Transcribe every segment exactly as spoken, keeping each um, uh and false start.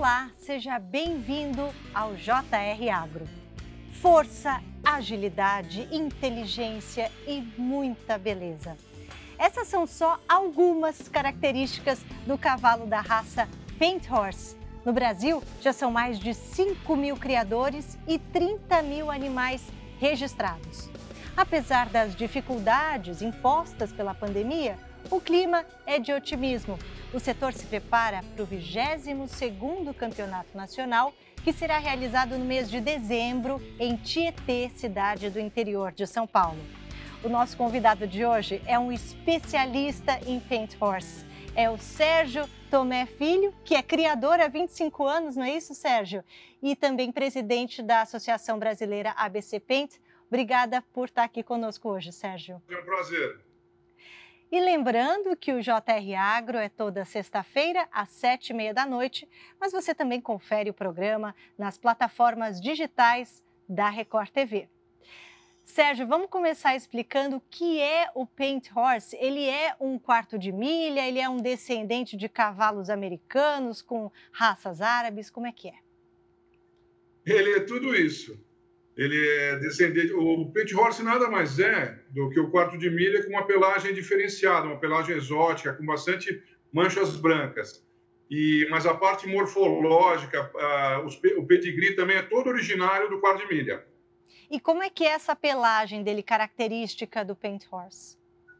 Olá, seja bem-vindo ao J R Agro. Força, agilidade, inteligência e muita beleza. Essas são só algumas características do cavalo da raça Paint Horse. No Brasil, já são mais de cinco mil criadores e trinta mil animais registrados. Apesar das dificuldades impostas pela pandemia, o clima é de otimismo. O setor se prepara para o vigésimo segundo Campeonato Nacional, que será realizado no mês de dezembro em Tietê, cidade do interior de São Paulo. O nosso convidado de hoje é um especialista em Paint Horse. É o Sérgio Tomé Filho, que é criador há vinte e cinco anos, não é isso, Sérgio? E também presidente da Associação Brasileira A B C Paint. Obrigada por estar aqui conosco hoje, Sérgio. É um prazer. E lembrando que o J R Agro é toda sexta-feira, às sete e meia da noite, mas você também confere o programa nas plataformas digitais da Record T V. Sérgio, vamos começar explicando o que é o Paint Horse. Ele é um quarto de milha, ele é um descendente de cavalos americanos com raças árabes, como é que é? Ele é tudo isso. Ele é descendente. O Paint Horse nada mais é do que o quarto de milha com uma pelagem diferenciada, uma pelagem exótica, com bastante manchas brancas. E, mas a parte morfológica, a, os, o pedigree também é todo originário do quarto de milha. E como é que é essa pelagem dele, característica do Paint Horse?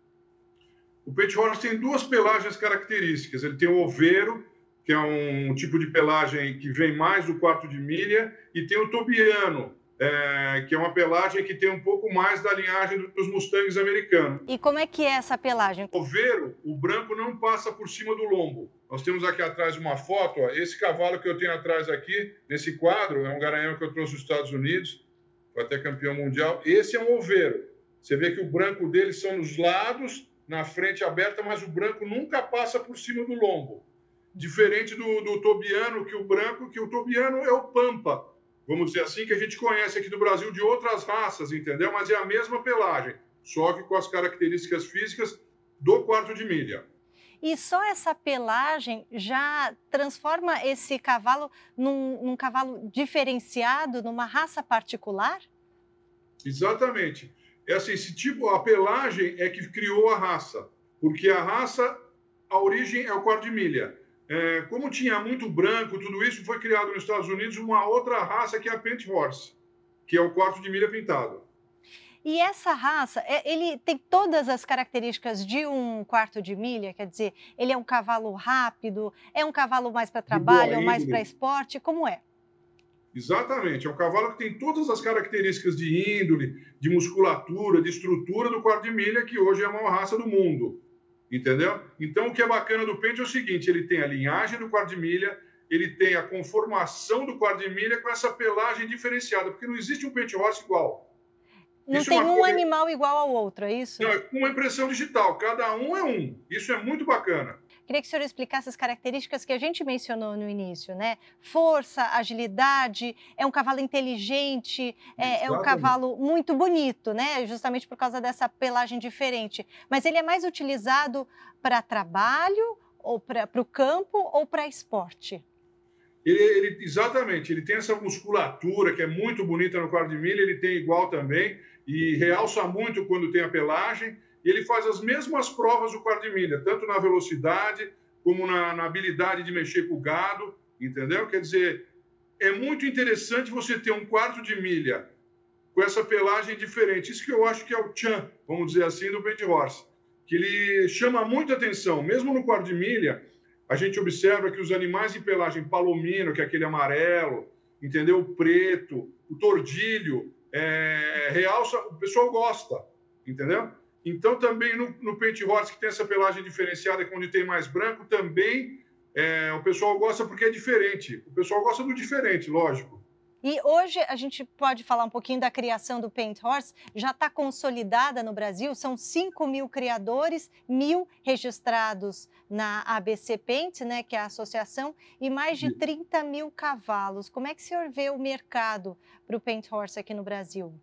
O Paint Horse tem duas pelagens características. Ele tem o oveiro, que é um tipo de pelagem que vem mais do quarto de milha, e tem o tobiano, É, que é uma pelagem que tem um pouco mais da linhagem dos Mustangs americanos. E como é que é essa pelagem? O oveiro, o branco não passa por cima do lombo. Nós temos aqui atrás uma foto, ó, esse cavalo que eu tenho atrás aqui, nesse quadro, é um garanhão que eu trouxe dos Estados Unidos, foi até campeão mundial. Esse é um oveiro. Você vê que o branco dele são nos lados, na frente aberta, mas o branco nunca passa por cima do lombo. Diferente do, do tobiano, que o branco, que o tobiano é o pampa, vamos dizer assim, que a gente conhece aqui do Brasil de outras raças, entendeu? Mas é a mesma pelagem, só que com as características físicas do quarto de milha. E só essa pelagem já transforma esse cavalo num, num cavalo diferenciado, numa raça particular? Exatamente. É assim, esse tipo, a pelagem é que criou a raça, porque a raça, a origem é o quarto de milha. É, como tinha muito branco, tudo isso, foi criado nos Estados Unidos uma outra raça que é a Paint Horse, que é o quarto de milha pintado. E essa raça, ele tem todas as características de um quarto de milha, quer dizer, ele é um cavalo rápido, é um cavalo mais para trabalho, ou mais para esporte, como é? Exatamente, é um cavalo que tem todas as características de índole, de musculatura, de estrutura do quarto de milha, que hoje é a maior raça do mundo. Entendeu? Então, o que é bacana do Paint é o seguinte, ele tem a linhagem do quarto de milha, ele tem a conformação do quarto de milha com essa pelagem diferenciada, porque não existe um Paint Horse igual. Não isso tem é um coisa... animal igual ao outro, é isso? Não, é uma impressão digital, cada um é um. Isso é muito bacana. Queria que o senhor explicasse as características que a gente mencionou no início, né? Força, agilidade, é um cavalo inteligente, é, é um cavalo muito bonito, né? Justamente por causa dessa pelagem diferente. Mas ele é mais utilizado para trabalho, ou para o campo, ou para esporte? Ele, ele, exatamente, ele tem essa musculatura que é muito bonita no quarto de milha, ele tem igual também, e realça muito quando tem a pelagem. E ele faz as mesmas provas do quarto de milha, tanto na velocidade como na, na habilidade de mexer com o gado, entendeu? Quer dizer, é muito interessante você ter um quarto de milha com essa pelagem diferente. Isso que eu acho que é o tchan, vamos dizer assim, do Paint Horse, que ele chama muita atenção. Mesmo no quarto de milha, a gente observa que os animais de pelagem palomino, que é aquele amarelo, entendeu? O preto, o tordilho, é, realça, o pessoal gosta, entendeu? Então, também no, no Paint Horse, que tem essa pelagem diferenciada, onde tem mais branco, também é, o pessoal gosta porque é diferente. O pessoal gosta do diferente, lógico. E hoje a gente pode falar um pouquinho da criação do Paint Horse, já está consolidada no Brasil, são cinco mil criadores, mil registrados na A B C Paint, né, que é a associação, e mais de trinta mil cavalos. Como é que o senhor vê o mercado para o Paint Horse aqui no Brasil?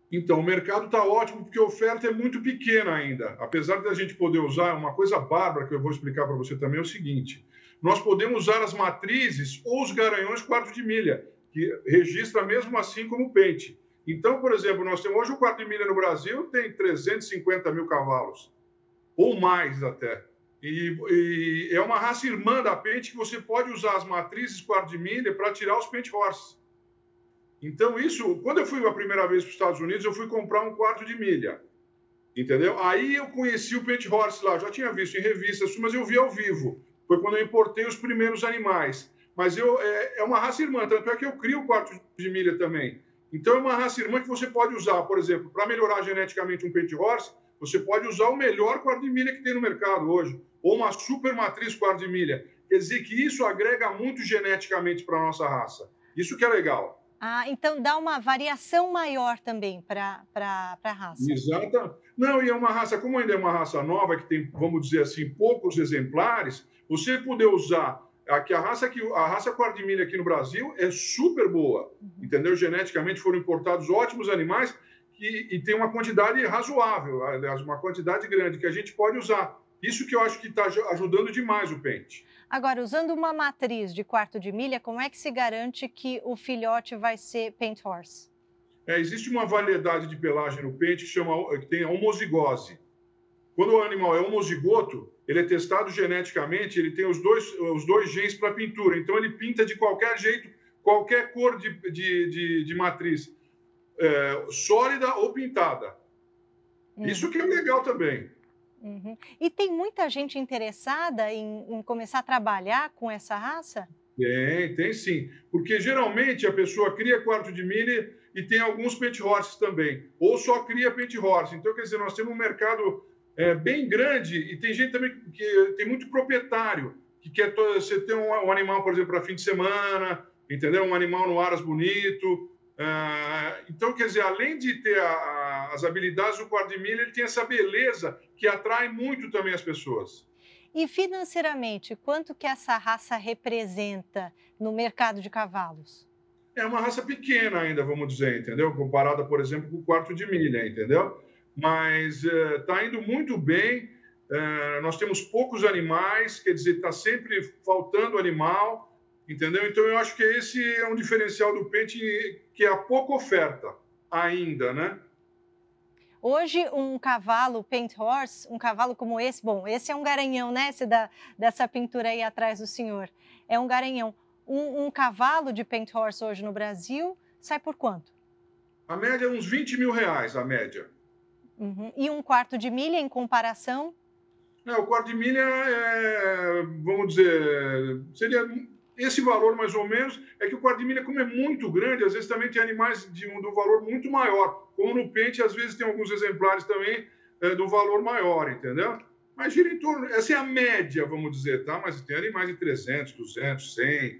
Então, o mercado está ótimo porque a oferta é muito pequena ainda. Apesar da gente poder usar, uma coisa bárbara que eu vou explicar para você também é o seguinte: nós podemos usar as matrizes ou os garanhões quarto de milha, que registra mesmo assim como pente. Então, por exemplo, nós temos hoje o quarto de milha no Brasil, tem trezentos e cinquenta mil cavalos, ou mais até. E, e é uma raça irmã da pente que você pode usar as matrizes quarto de milha para tirar os pente horse. Então, isso, quando eu fui a primeira vez para os Estados Unidos, eu fui comprar um quarto de milha, entendeu? Aí eu conheci o pente horse lá, eu já tinha visto em revistas, mas eu vi ao vivo. Foi quando eu importei os primeiros animais. Mas eu, é, é uma raça irmã, tanto é que eu crio o quarto de milha também. Então, é uma raça irmã que você pode usar, por exemplo, para melhorar geneticamente um pente horse, você pode usar o melhor quarto de milha que tem no mercado hoje, ou uma super matriz quarto de milha. Quer dizer que isso agrega muito geneticamente para a nossa raça. Isso que é legal. Ah, então dá uma variação maior também para a raça. Exato. Não, e é uma raça, como ainda é uma raça nova, que tem, vamos dizer assim, poucos exemplares, você poder usar aqui a raça que a raça quarto de milha aqui no Brasil é super boa, uhum. Entendeu? Geneticamente foram importados ótimos animais que, e tem uma quantidade razoável, aliás, uma quantidade grande que a gente pode usar. Isso que eu acho que está ajudando demais o pente. Agora, usando uma matriz de quarto de milha, como é que se garante que o filhote vai ser paint horse? É, existe uma variedade de pelagem no pente que, chama, que tem a homozigose. Quando o animal é homozigoto, ele é testado geneticamente, ele tem os dois, os dois genes para pintura. Então, ele pinta de qualquer jeito, qualquer cor de, de, de, de matriz, é, sólida ou pintada. Uhum. Isso que é legal também. Uhum. E tem muita gente interessada em, em começar a trabalhar com essa raça? Tem, tem sim. Porque geralmente a pessoa cria quarto de milha e tem alguns pente horses também. Ou só cria pente horse. Então, quer dizer, nós temos um mercado é, bem grande e tem gente também que tem muito proprietário que quer você ter um, um animal, por exemplo, para fim de semana, entendeu? Um animal no aras bonito. Uh, então, quer dizer, além de ter a, a, as habilidades do quarto de milha, ele tem essa beleza que atrai muito também as pessoas. E financeiramente, quanto que essa raça representa no mercado de cavalos? É uma raça pequena ainda, vamos dizer, entendeu? Comparada, por exemplo, com o quarto de milha, entendeu? Mas está uh, indo muito bem, uh, nós temos poucos animais, quer dizer, está sempre faltando animal, entendeu? Então, eu acho que esse é um diferencial do pente, que é a pouca oferta ainda, né? Hoje, um cavalo paint horse, um cavalo como esse, bom, esse é um garanhão, né? Esse da, dessa pintura aí atrás do senhor, é um garanhão. Um, um cavalo de paint horse hoje no Brasil sai por quanto? A média é uns vinte mil reais, a média. Uhum. E um quarto de milha em comparação? É, o quarto de milha, é, vamos dizer, seria esse valor mais ou menos. É que o quarto de milha, como é muito grande, às vezes também tem animais de um, de um valor muito maior. Como no pente, às vezes tem alguns exemplares também é, do valor maior, entendeu? Mas gira em torno, essa é a média, vamos dizer, tá? Mas tem animais de trezentos, duzentos, cem.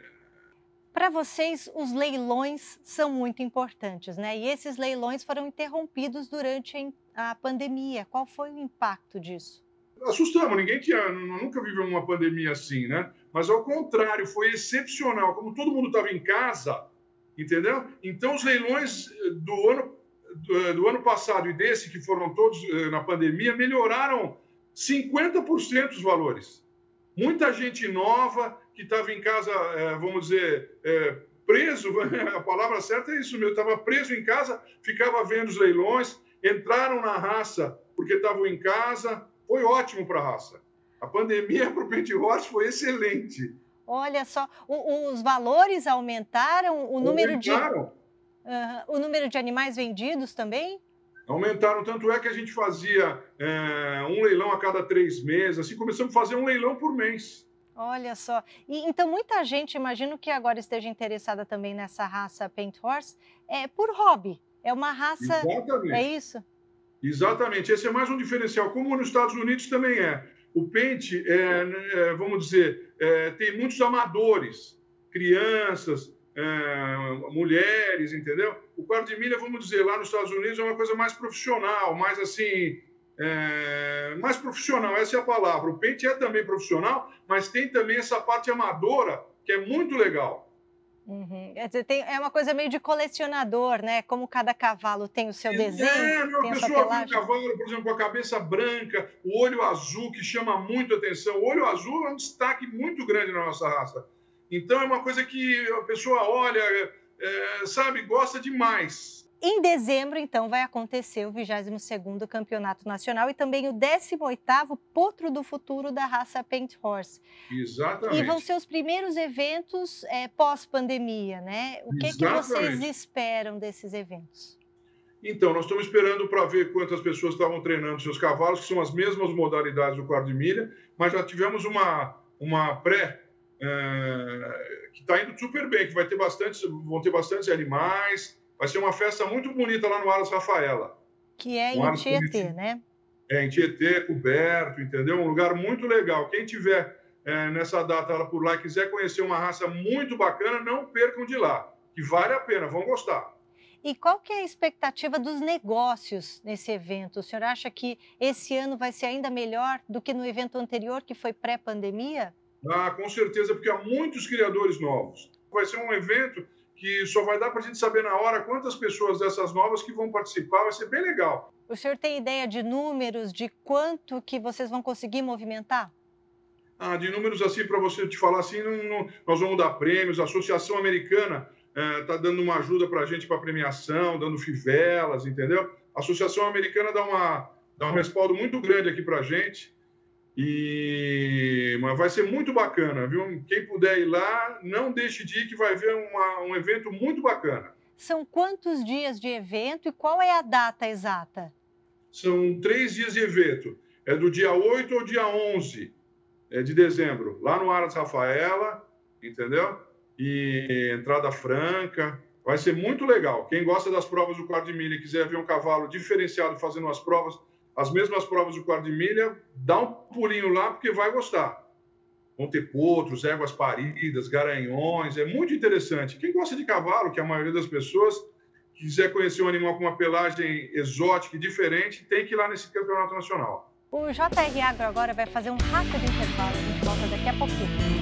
Para vocês, os leilões são muito importantes, né? E esses leilões foram interrompidos durante a pandemia. Qual foi o impacto disso? Assustamos, ninguém tinha, nunca viveu uma pandemia assim, né? Mas ao contrário, foi excepcional. Como todo mundo estava em casa, entendeu? Então os leilões do ano, do, do ano passado e desse, que foram todos na pandemia, melhoraram cinquenta por cento os valores. Muita gente nova que estava em casa, vamos dizer, preso, a palavra certa é isso mesmo, estava preso em casa, ficava vendo os leilões, entraram na raça porque estavam em casa. Foi ótimo para a raça. A pandemia para o paint horse foi excelente. Olha só, o, os valores aumentaram, o número aumentaram. de uh, o número de animais vendidos também? Aumentaram, tanto é que a gente fazia é, um leilão a cada três meses, assim começamos a fazer um leilão por mês. Olha só, e, então muita gente, imagino que agora esteja interessada também nessa raça paint horse, é por hobby, é uma raça, exatamente. É isso? Exatamente, esse é mais um diferencial, como nos Estados Unidos também é. O pente, é, é, vamos dizer, é, tem muitos amadores, crianças, é, mulheres, entendeu? O quarto de milha, vamos dizer, lá nos Estados Unidos é uma coisa mais profissional, mais assim, é, mais profissional, essa é a palavra. O pente é também profissional, mas tem também essa parte amadora, que é muito legal. Uhum. Quer dizer, tem, é uma coisa meio de colecionador, né? Como cada cavalo tem o seu desenho, É, não, tem a a sua pessoa viu o pelagem. cavalo, por exemplo, com a cabeça branca, o olho azul, que chama muito atenção. O olho azul é um destaque muito grande na nossa raça. Então, é uma coisa que a pessoa olha, é, sabe, gosta demais. Em dezembro, então, vai acontecer o vigésimo segundo Campeonato Nacional e também o décimo oitavo Potro do Futuro da raça Paint Horse. E vão Exatamente. ser os primeiros eventos é, pós-pandemia, né? O que, que vocês Exatamente. esperam desses eventos? Então, nós estamos esperando para ver quantas pessoas estavam treinando seus cavalos, que são as mesmas modalidades do quarto de milha, mas já tivemos uma, uma pré é, que está indo super bem, que vai ter bastante, vão ter bastantes animais, vai ser uma festa muito bonita lá no Aras Rafaela. Que é Um em Aras Tietê, né? É, em Tietê, coberto, entendeu? Um lugar muito legal. Quem tiver é, nessa data lá por lá e quiser conhecer uma raça muito bacana, não percam de lá, que vale a pena, vão gostar. E qual que é a expectativa dos negócios nesse evento? O senhor acha que esse ano vai ser ainda melhor do que no evento anterior, que foi pré-pandemia? Ah, com certeza, porque há muitos criadores novos. Vai ser um evento que só vai dar para a gente saber na hora quantas pessoas dessas novas que vão participar, vai ser bem legal. O senhor tem ideia de números, de quanto que vocês vão conseguir movimentar? Ah, de números assim, para você te falar assim, não, não, nós vamos dar prêmios, a Associação Americana está é, dando uma ajuda para a gente para premiação, dando fivelas, entendeu? A Associação Americana dá, uma, dá um respaldo muito grande aqui para a gente, e... mas vai ser muito bacana, viu? Quem puder ir lá, não deixe de ir, que vai ver uma, um evento muito bacana. São quantos dias de evento e qual é a data exata? São três dias de evento, é do dia oito ao dia onze de dezembro, lá no Aras Rafaela, entendeu? E entrada franca, vai ser muito legal. Quem gosta das provas do quarto de milha e quiser ver um cavalo diferenciado fazendo as provas, as mesmas provas do quarto de milha, dá um pulinho lá porque vai gostar. Vão ter potros, éguas paridas, garanhões, é muito interessante. Quem gosta de cavalo, que é a maioria das pessoas, quiser conhecer um animal com uma pelagem exótica e diferente, tem que ir lá nesse campeonato nacional. O J R Agro agora vai fazer um rápido intervalo, a gente volta daqui a pouquinho.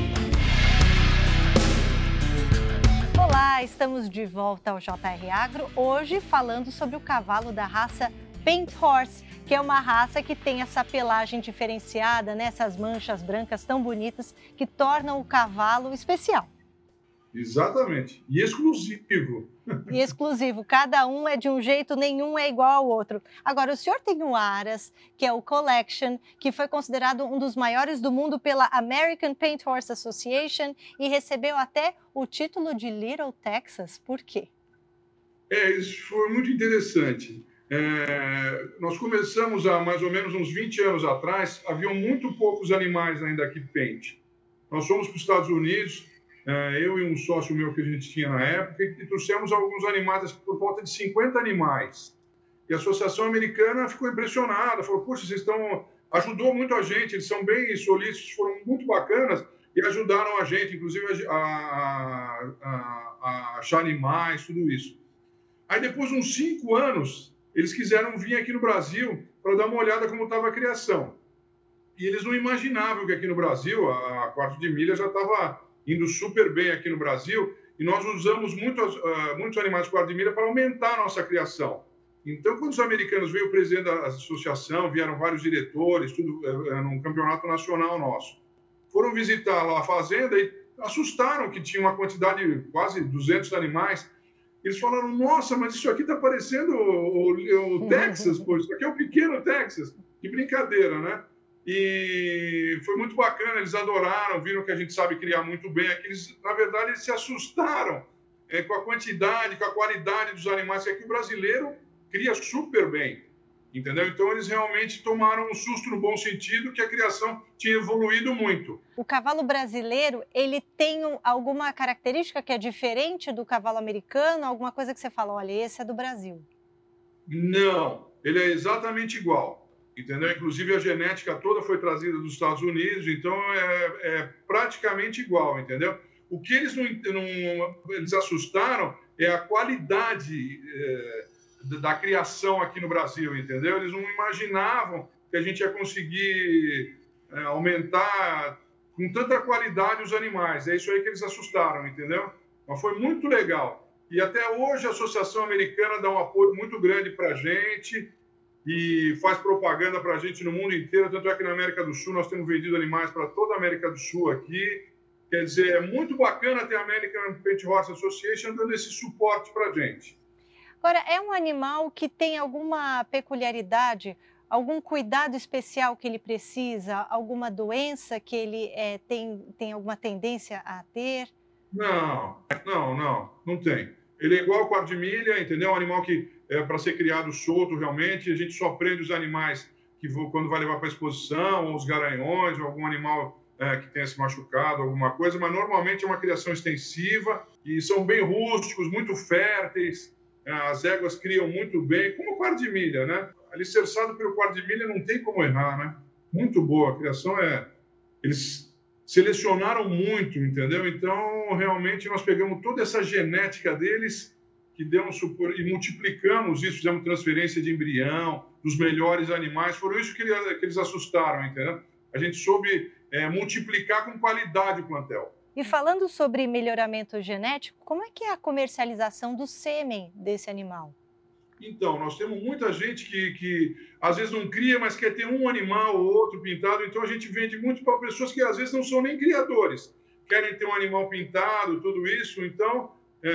Olá, estamos de volta ao J R Agro, hoje falando sobre o cavalo da raça Paint Horse, que é uma raça que tem essa pelagem diferenciada, né? Essas manchas brancas tão bonitas que tornam o cavalo especial. Exatamente, e exclusivo. E exclusivo, cada um é de um jeito, nenhum é igual ao outro. Agora, o senhor tem o Aras, que é o Collection, que foi considerado um dos maiores do mundo pela American Paint Horse Association e recebeu até o título de Little Texas. Por quê? É, isso foi muito interessante. É, nós começamos há mais ou menos uns vinte anos atrás, haviam muito poucos animais ainda aqui Paint. Nós fomos para os Estados Unidos, eu e um sócio meu que a gente tinha na época, e trouxemos alguns animais, por volta de cinquenta animais. E a Associação Americana ficou impressionada, falou, puxa, vocês estão... Ajudou muito a gente, eles são bem solícitos, foram muito bacanas e ajudaram a gente, inclusive, a, a, a, a achar animais, tudo isso. Aí, depois de uns cinco anos, eles quiseram vir aqui no Brasil para dar uma olhada como estava a criação. E eles não imaginavam que aqui no Brasil, a quarto de milha já estava indo super bem aqui no Brasil, e nós usamos muitos, uh, muitos animais de quarto de milha para aumentar a nossa criação. Então, quando os americanos veio o presidente da associação, vieram vários diretores, tudo uh, num campeonato nacional nosso, foram visitar lá a fazenda e assustaram que tinha uma quantidade de quase duzentos animais. Eles falaram, nossa, mas isso aqui está parecendo o, o, o Texas, pô, isso aqui é o pequeno Texas. Que brincadeira, né? E foi muito bacana, eles adoraram, viram que a gente sabe criar muito bem. Aqui eles, na verdade, eles se assustaram é, com a quantidade, com a qualidade dos animais, que aqui o brasileiro cria super bem, entendeu? Então, eles realmente tomaram um susto no bom sentido, que a criação tinha evoluído muito. O cavalo brasileiro, ele tem alguma característica que é diferente do cavalo americano? Alguma coisa que você fala, olha, esse é do Brasil? Não, ele é exatamente igual. Entendeu? Inclusive, a genética toda foi trazida dos Estados Unidos, então é, é praticamente igual, entendeu? O que eles, não, não, eles assustaram é a qualidade é, da criação aqui no Brasil, entendeu? Eles não imaginavam que a gente ia conseguir é, aumentar com tanta qualidade os animais. É isso aí que eles assustaram, entendeu? Mas foi muito legal. E até hoje a Associação Americana dá um apoio muito grande para a gente e faz propaganda para a gente no mundo inteiro. Tanto é que na América do Sul nós temos vendido animais para toda a América do Sul aqui. Quer dizer, é muito bacana ter a American Paint Horse Association dando esse suporte para a gente. Agora, é um animal que tem alguma peculiaridade, algum cuidado especial que ele precisa, alguma doença que ele é, tem, tem alguma tendência a ter? Não, não, não, não tem. Ele é igual ao quarto de milha, entendeu? É um animal que é para ser criado solto realmente. A gente só prende os animais que vão, quando vai levar para exposição, ou os garanhões, ou algum animal é, que tenha se machucado, alguma coisa, mas normalmente é uma criação extensiva e são bem rústicos, muito férteis. É, as éguas criam muito bem, como o quarto de milha, né? Alicerçado pelo quarto de milha não tem como errar, né? Muito boa, a criação é... Eles selecionaram muito, entendeu? Então, realmente, nós pegamos toda essa genética deles que deu um supor, e multiplicamos isso, fizemos transferência de embrião, dos melhores animais, foram isso que eles, que eles assustaram, entendeu? A gente soube é, multiplicar com qualidade o plantel. E falando sobre melhoramento genético, como é que é a comercialização do sêmen desse animal? Então, nós temos muita gente que, que às vezes não cria, mas quer ter um animal ou outro pintado, então a gente vende muito para pessoas que às vezes não são nem criadores, querem ter um animal pintado, tudo isso, então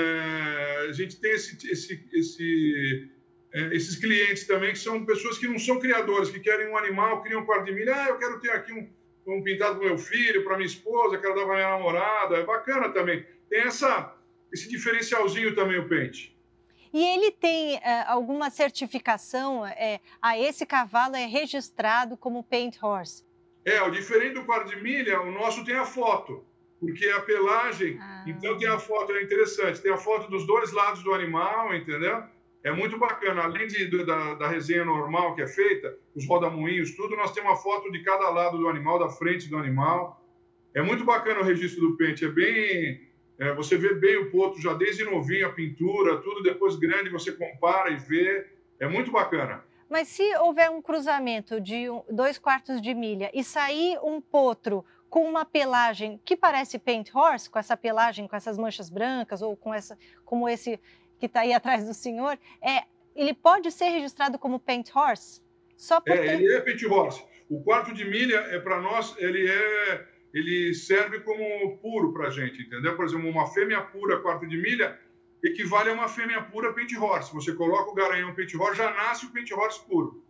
é, a gente tem esse, esse, esse, é, esses clientes também que são pessoas que não são criadores, que querem um animal, criam um quarto de milha, ah, eu quero ter aqui um, um pintado para o meu filho, para minha esposa, quero dar para minha namorada, é bacana também, tem essa, esse diferencialzinho também o pente. E ele tem é, alguma certificação? É, a esse cavalo é registrado como Paint Horse? É, o diferente do quarto de milha, o nosso tem a foto, porque a pelagem, ah. então tem a foto, é interessante, tem a foto dos dois lados do animal, entendeu? É muito bacana, além de, da, da resenha normal que é feita, os rodamuinhos, tudo, nós temos uma foto de cada lado do animal, da frente do animal. É muito bacana o registro do pente, é bem... É, você vê bem o potro já desde novinho, a pintura, tudo, depois grande, você compara e vê. É muito bacana. Mas se houver um cruzamento de um, dois quartos de milha e sair um potro com uma pelagem que parece Paint Horse, com essa pelagem, com essas manchas brancas, ou com essa, como esse que está aí atrás do senhor, é, ele pode ser registrado como Paint Horse? Só porque... É, ele é Paint Horse. O quarto de milha, é para nós, ele é... ele serve como puro para a gente, entendeu? Por exemplo, uma fêmea pura quarto de milha equivale a uma fêmea pura Paint Horse. Você coloca o garanhão Paint Horse, já nasce o Paint Horse puro.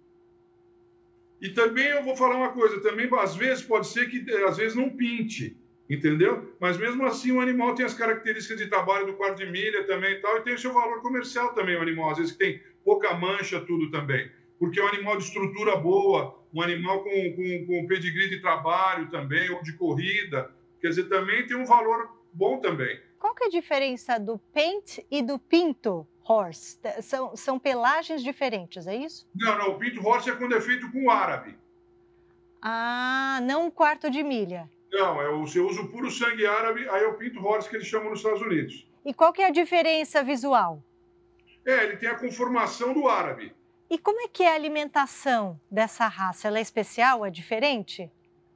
E também eu vou falar uma coisa, também às vezes pode ser que às vezes não pinte, entendeu? Mas mesmo assim o animal tem as características de trabalho do quarto de milha também e tal, e tem o seu valor comercial também o animal, às vezes tem pouca mancha, tudo também. Porque é um animal de estrutura boa, um animal com, com, com pedigree de trabalho também, ou de corrida, quer dizer, também tem um valor bom também. Qual que é a diferença do Paint e do Pinto Horse? São, são pelagens diferentes, é isso? Não, não, o Pinto Horse é quando é feito com árabe. Ah, não um quarto de milha. Não, é o, você usa o puro sangue árabe, aí é o Pinto Horse que eles chamam nos Estados Unidos. E qual que é a diferença visual? É, ele tem a conformação do árabe. E como é que é a alimentação dessa raça? Ela é especial? É diferente?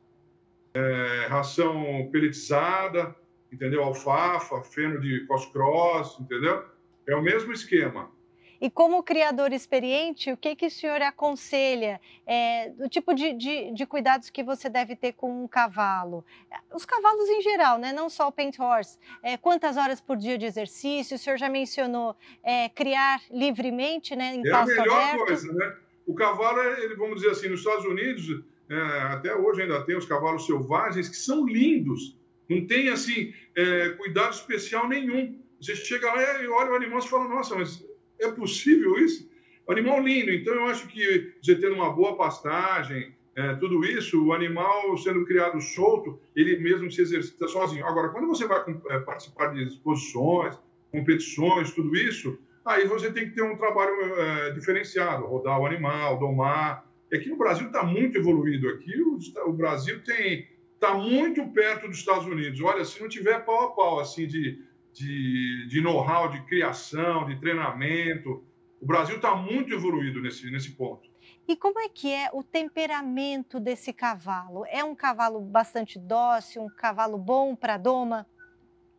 É, ração peletizada, entendeu? Alfafa, feno de cross-cross, entendeu? É o mesmo esquema. E como criador experiente, o que, que o senhor aconselha? É, do tipo de, de, de cuidados que você deve ter com um cavalo? Os cavalos em geral, né? Não só o Paint Horse. É, quantas horas por dia de exercício? O senhor já mencionou é, criar livremente, né? Em é a melhor aberto. coisa, né? O cavalo, ele, vamos dizer assim, nos Estados Unidos, é, até hoje ainda tem os cavalos selvagens que são lindos. Não tem, assim, é, cuidado especial nenhum. Você chega lá e olha o animal e fala, nossa, mas... é possível isso? O animal lindo, então eu acho que você tendo uma boa pastagem, é, tudo isso, o animal sendo criado solto, ele mesmo se exercita sozinho. Agora, quando você vai é, participar de exposições, competições, tudo isso, aí você tem que ter um trabalho é, diferenciado, rodar o animal, domar. E aqui no Brasil está muito evoluído. Aqui o, o Brasil tem está muito perto dos Estados Unidos. Olha, se não tiver pau a pau, assim, de... de, de know-how, de criação, de treinamento. O Brasil está muito evoluído nesse, nesse ponto. E como é que é o temperamento desse cavalo? É um cavalo bastante dócil, um cavalo bom para doma?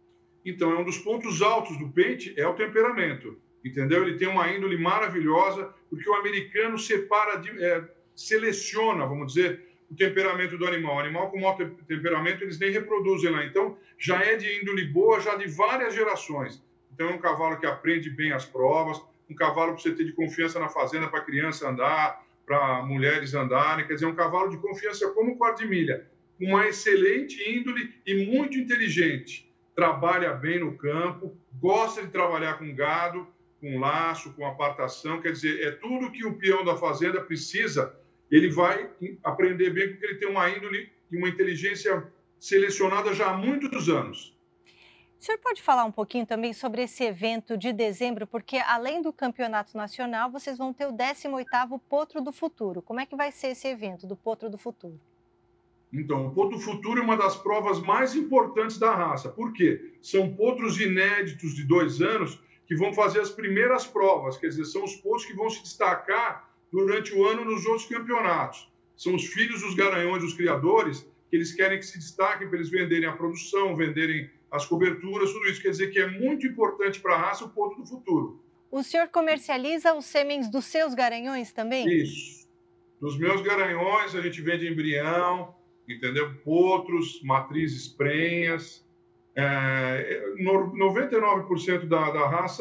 Então, é um dos pontos altos do pente é o temperamento, entendeu? Ele tem uma índole maravilhosa, porque o americano separa, de, é, seleciona, vamos dizer, o temperamento do animal. O animal com mau temperamento, eles nem reproduzem lá. Então, já é de índole boa, já de várias gerações. Então, é um cavalo que aprende bem as provas, um cavalo para você ter de confiança na fazenda, para criança andar, para mulheres andarem. Quer dizer, um cavalo de confiança como o quarto de milha, com uma excelente índole e muito inteligente. Trabalha bem no campo, gosta de trabalhar com gado, com laço, com apartação. Quer dizer, é tudo que o peão da fazenda precisa. Ele vai aprender bem porque ele tem uma índole e uma inteligência selecionada já há muitos anos. O senhor pode falar um pouquinho também sobre esse evento de dezembro, porque além do campeonato nacional, vocês vão ter o décimo oitavo Potro do Futuro. Como é que vai ser esse evento do Potro do Futuro? Então, o Potro do Futuro é uma das provas mais importantes da raça. Por quê? São potros inéditos de dois anos que vão fazer as primeiras provas, quer dizer, são os potros que vão se destacar durante o ano nos outros campeonatos. São os filhos dos garanhões, dos criadores, que eles querem que se destaquem para eles venderem a produção, venderem as coberturas, tudo isso. Quer dizer que é muito importante para a raça o Potro do Futuro. O senhor comercializa os sêmens dos seus garanhões também? Isso. Dos meus garanhões, a gente vende embrião, entendeu? Potros, matrizes prenhas. É, noventa e nove por cento da, da raça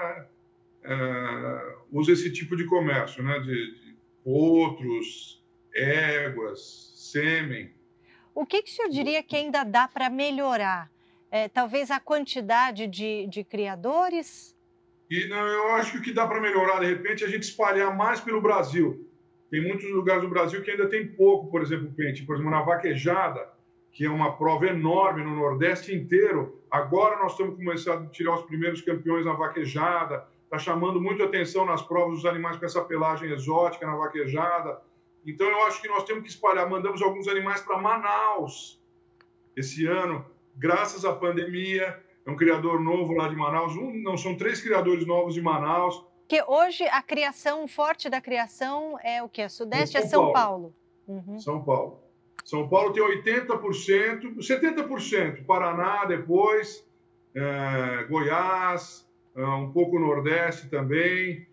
é, usa esse tipo de comércio, né? De, de potros, éguas, sêmen. O que, que o senhor diria que ainda dá para melhorar? É, talvez a quantidade de, de criadores? E, não, eu acho que o que dá para melhorar, de repente, é a gente espalhar mais pelo Brasil. Tem muitos lugares do Brasil que ainda tem pouco, por exemplo, pente. Por exemplo, na vaquejada, que é uma prova enorme no Nordeste inteiro. Agora nós estamos começando a tirar os primeiros campeões na vaquejada. Está chamando muito atenção nas provas dos animais com essa pelagem exótica na vaquejada. Então, eu acho que nós temos que espalhar. Mandamos alguns animais para Manaus esse ano, graças à pandemia. É um criador novo lá de Manaus. Um, não, são três criadores novos de Manaus. Porque hoje a criação, o forte da criação é o quê? Sudeste é São, é São Paulo. Paulo. Uhum. São Paulo. São Paulo tem oitenta por cento, setenta por cento. Paraná depois, é, Goiás, é, um pouco Nordeste também.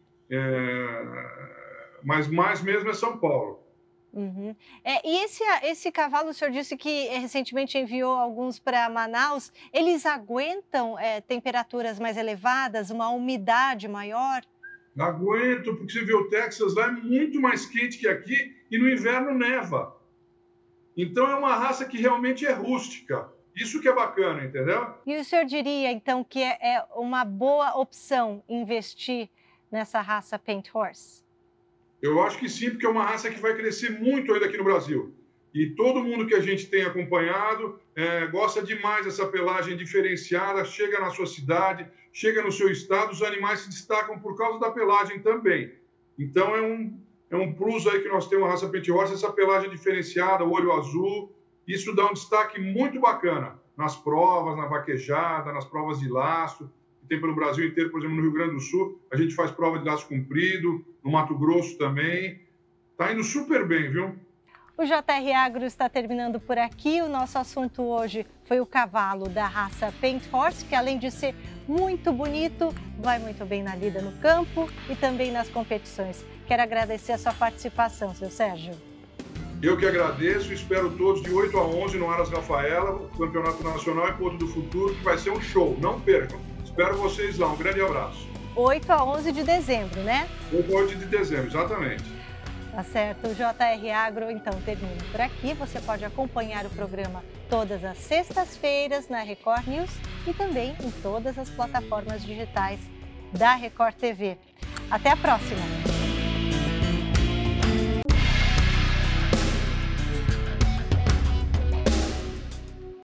É, mas mais mesmo é São Paulo. Uhum. É, e esse, esse cavalo, o senhor disse que recentemente enviou alguns para Manaus, eles aguentam é, temperaturas mais elevadas, uma umidade maior? Aguentam, porque você vê o Texas lá é muito mais quente que aqui e no inverno neva. Então é uma raça que realmente é rústica. Isso que é bacana, entendeu? E o senhor diria, então, que é, é uma boa opção investir nessa raça Paint Horse? Eu acho que sim, porque é uma raça que vai crescer muito ainda aqui no Brasil. E todo mundo que a gente tem acompanhado é, gosta demais dessa pelagem diferenciada, chega na sua cidade, chega no seu estado, os animais se destacam por causa da pelagem também. Então é um, é um plus aí que nós temos a raça Paint Horse, essa pelagem diferenciada, olho azul, isso dá um destaque muito bacana nas provas, na vaquejada, nas provas de laço, que tem pelo Brasil inteiro, por exemplo, no Rio Grande do Sul, a gente faz prova de laço comprido, no Mato Grosso também. Tá indo super bem, viu? O J R Agro está terminando por aqui. O nosso assunto hoje foi o cavalo da raça Paint Horse, que além de ser muito bonito, vai muito bem na lida no campo e também nas competições. Quero agradecer a sua participação, seu Sérgio. Eu que agradeço e espero todos de oito a onze no Aras Rafaela, o Campeonato Nacional e Potro do Futuro, que vai ser um show. Não percam. Espero vocês lá. Um grande abraço. oito a onze de dezembro, né? oito a onze de dezembro, exatamente. Tá certo. O J R Agro, então, termina por aqui. Você pode acompanhar o programa todas as sextas-feiras na Record News e também em todas as plataformas digitais da Record T V. Até a próxima!